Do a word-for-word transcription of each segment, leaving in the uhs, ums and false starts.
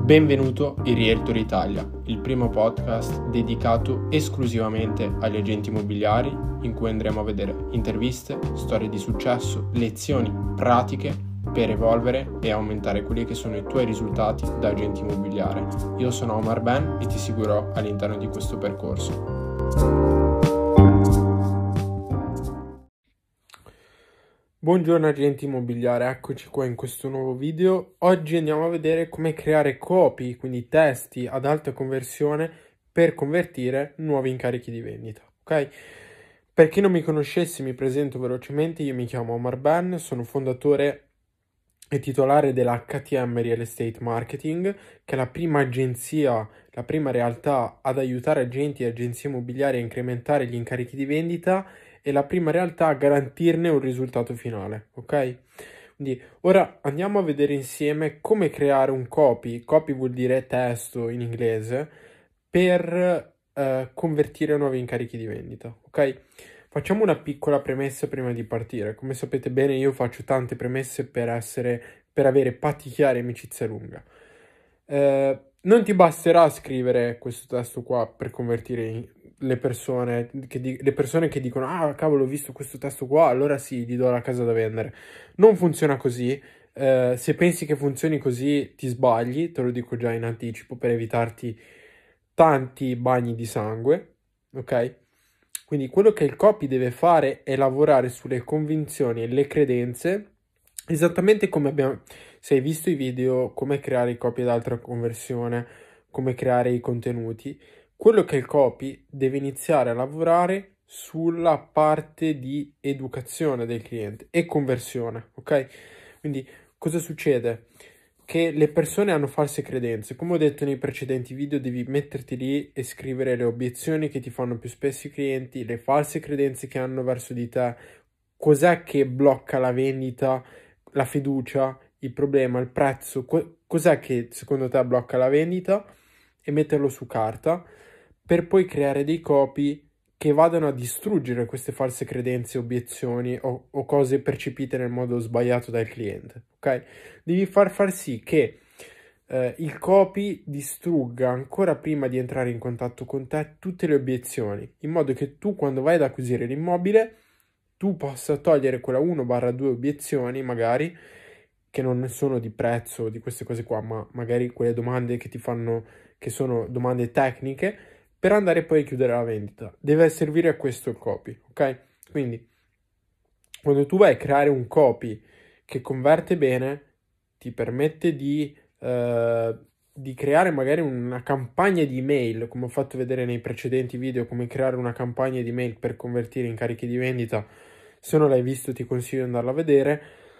Benvenuto in Realtor Italia, il primo podcast dedicato esclusivamente agli agenti immobiliari, in cui andremo a vedere interviste, storie di successo, lezioni pratiche per evolvere e aumentare quelli che sono i tuoi risultati da agente immobiliare. Io sono Omar Ben e ti seguirò all'interno di questo percorso. Buongiorno agenti immobiliari, eccoci qua in questo nuovo video. Oggi andiamo a vedere come creare copy, quindi testi ad alta conversione per convertire nuovi incarichi di vendita, ok? Per chi non mi conoscesse, mi presento velocemente. Io mi chiamo Omar Ben, sono fondatore e titolare dell'H T M Real Estate Marketing, che è la prima agenzia, la prima realtà ad aiutare agenti e agenzie immobiliari a incrementare gli incarichi di vendita e la prima realtà a garantirne un risultato finale, ok? Quindi ora andiamo a vedere insieme come creare un copy, copy vuol dire testo in inglese, per eh, convertire nuovi incarichi di vendita, ok? Facciamo una piccola premessa prima di partire. Come sapete bene, io faccio tante premesse per essere, per avere patti chiari e amicizia lunga. Eh, non ti basterà scrivere questo testo qua per convertire le persone che, di, le persone che dicono ah cavolo, ho visto questo testo qua, allora sì, gli do la casa da vendere. Non funziona così. Eh, se pensi che funzioni così ti sbagli, te lo dico già in anticipo per evitarti tanti bagni di sangue, ok? Quindi quello che il copy deve fare è lavorare sulle convinzioni e le credenze, esattamente come abbiamo, se hai visto i video, come creare i copy ad alta conversione, come creare i contenuti. Quello che il copy deve iniziare a lavorare sulla parte di educazione del cliente e conversione, ok? Quindi cosa succede? Che le persone hanno false credenze. Come ho detto nei precedenti video, devi metterti lì e scrivere le obiezioni che ti fanno più spesso i clienti, le false credenze che hanno verso di te, cos'è che blocca la vendita, la fiducia, il problema, il prezzo, co- cos'è che secondo te blocca la vendita, e metterlo su carta per poi creare dei copy che vadano a distruggere queste false credenze, obiezioni o, o cose percepite nel modo sbagliato dal cliente, ok? Devi far far sì che eh, il copy distrugga ancora prima di entrare in contatto con te tutte le obiezioni, in modo che tu, quando vai ad acquisire l'immobile, tu possa togliere quella uno due obiezioni magari, che non sono di prezzo, di queste cose qua, ma magari quelle domande che ti fanno, che sono domande tecniche, per andare poi a chiudere la vendita. Deve servire a questo il copy, ok? Quindi quando tu vai a creare un copy che converte bene, ti permette di, eh, di creare magari una campagna di email, come ho fatto vedere nei precedenti video, come creare una campagna di email per convertire incarichi di vendita. Se non l'hai visto, ti consiglio di andarla a vedere.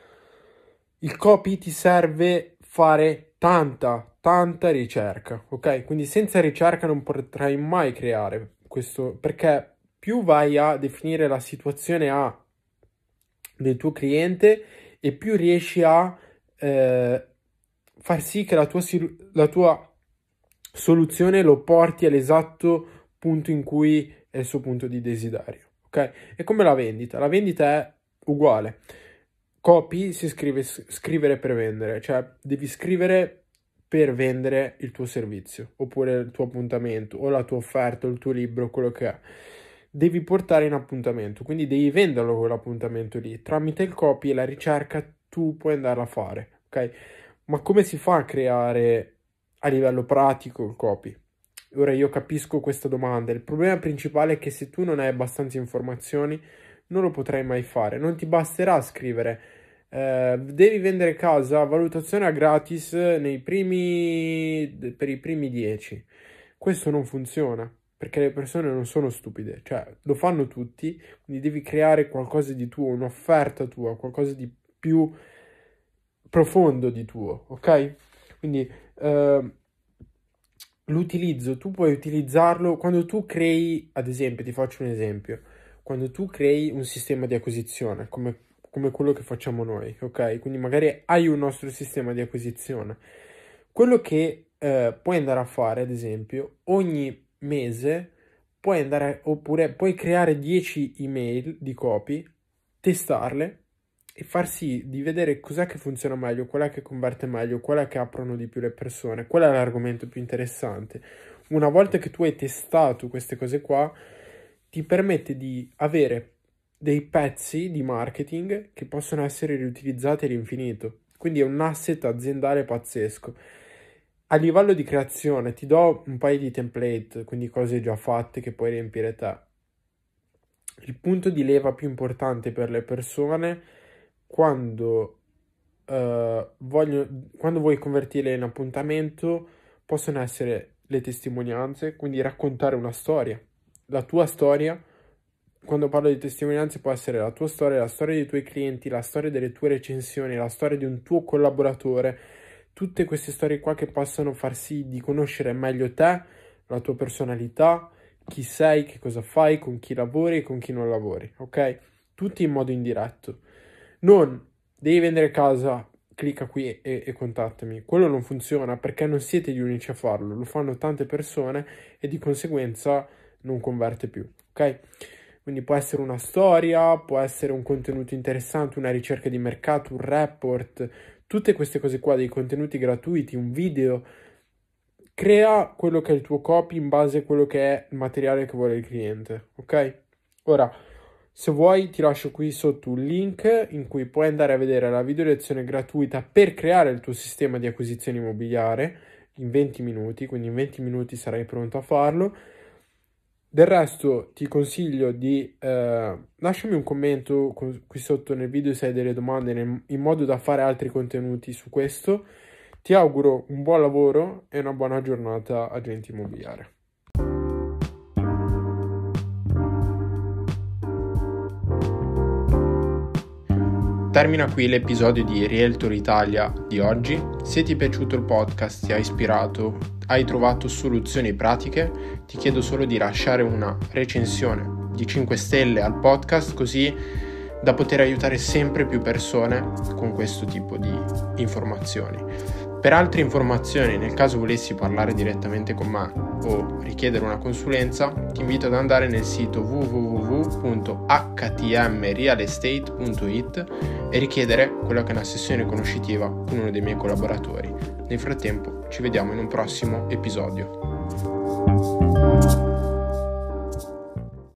Il copy ti serve fare tanta, tanta ricerca, ok? Quindi senza ricerca non potrai mai creare questo, perché più vai a definire la situazione A del tuo cliente e più riesci a eh, far sì che la tua, la tua soluzione lo porti all'esatto punto in cui è il suo punto di desiderio, ok? E come la vendita? La vendita è uguale. Copy si scrive scrivere per vendere, cioè devi scrivere per vendere il tuo servizio, oppure il tuo appuntamento, o la tua offerta, o il tuo libro, quello che è. Devi portare in appuntamento, quindi devi venderlo quell'appuntamento lì. Tramite il copy e la ricerca tu puoi andarla a fare, ok? Ma come si fa a creare a livello pratico il copy? Ora io capisco questa domanda. Il problema principale è che se tu non hai abbastanza informazioni non lo potrai mai fare. Non ti basterà scrivere eh, devi vendere casa, valutazione a gratis nei primi per i primi dieci. Questo non funziona, perché le persone non sono stupide, cioè lo fanno tutti, quindi devi creare qualcosa di tuo, un'offerta tua, qualcosa di più profondo di tuo, ok? Quindi eh, l'utilizzo, tu puoi utilizzarlo quando tu crei, ad esempio, ti faccio un esempio, quando tu crei un sistema di acquisizione, come, come quello che facciamo noi, ok? Quindi magari hai un nostro sistema di acquisizione. Quello che eh, puoi andare a fare, ad esempio, ogni mese puoi andare, oppure puoi creare dieci email di copy, testarle e far sì di vedere cos'è che funziona meglio, qual è che converte meglio, qual è che aprono di più le persone, qual è l'argomento più interessante. Una volta che tu hai testato queste cose qua, ti permette di avere dei pezzi di marketing che possono essere riutilizzati all'infinito. Quindi è un asset aziendale pazzesco. A livello di creazione ti do un paio di template, quindi cose già fatte che puoi riempire te. Il punto di leva più importante per le persone quando, uh, voglio, quando vuoi convertirle in appuntamento possono essere le testimonianze, quindi raccontare una storia, la tua storia. Quando parlo di testimonianze può essere la tua storia, la storia dei tuoi clienti, la storia delle tue recensioni, la storia di un tuo collaboratore, tutte queste storie qua che possono far sì di conoscere meglio te, la tua personalità, chi sei, che cosa fai, con chi lavori e con chi non lavori, ok? Tutti in modo indiretto. Non devi vendere casa, clicca qui e, e contattami. Quello non funziona perché non siete gli unici a farlo, lo fanno tante persone e di conseguenza non converte più, ok? Quindi può essere una storia, può essere un contenuto interessante, una ricerca di mercato, un report, tutte queste cose qua, dei contenuti gratuiti, un video. Crea quello che è il tuo copy in base a quello che è il materiale che vuole il cliente, ok? Ora, se vuoi ti lascio qui sotto un link in cui puoi andare a vedere la video lezione gratuita per creare il tuo sistema di acquisizione immobiliare in venti minuti, quindi in venti minuti sarai pronto a farlo. Del resto ti consiglio di eh, lasciami un commento qui sotto nel video se hai delle domande, nel, in modo da fare altri contenuti su questo. Ti auguro un buon lavoro e una buona giornata, agente immobiliare. Termina qui l'episodio di Realtor Italia di oggi. Se ti è piaciuto il podcast, ti ha ispirato, hai trovato soluzioni pratiche, ti chiedo solo di lasciare una recensione di cinque stelle al podcast, così da poter aiutare sempre più persone con questo tipo di informazioni. Per altre informazioni, nel caso volessi parlare direttamente con me o richiedere una consulenza, ti invito ad andare nel sito w w w punto h t m real estate punto i t e richiedere quella che è una sessione conoscitiva con uno dei miei collaboratori. Nel frattempo ci vediamo in un prossimo episodio.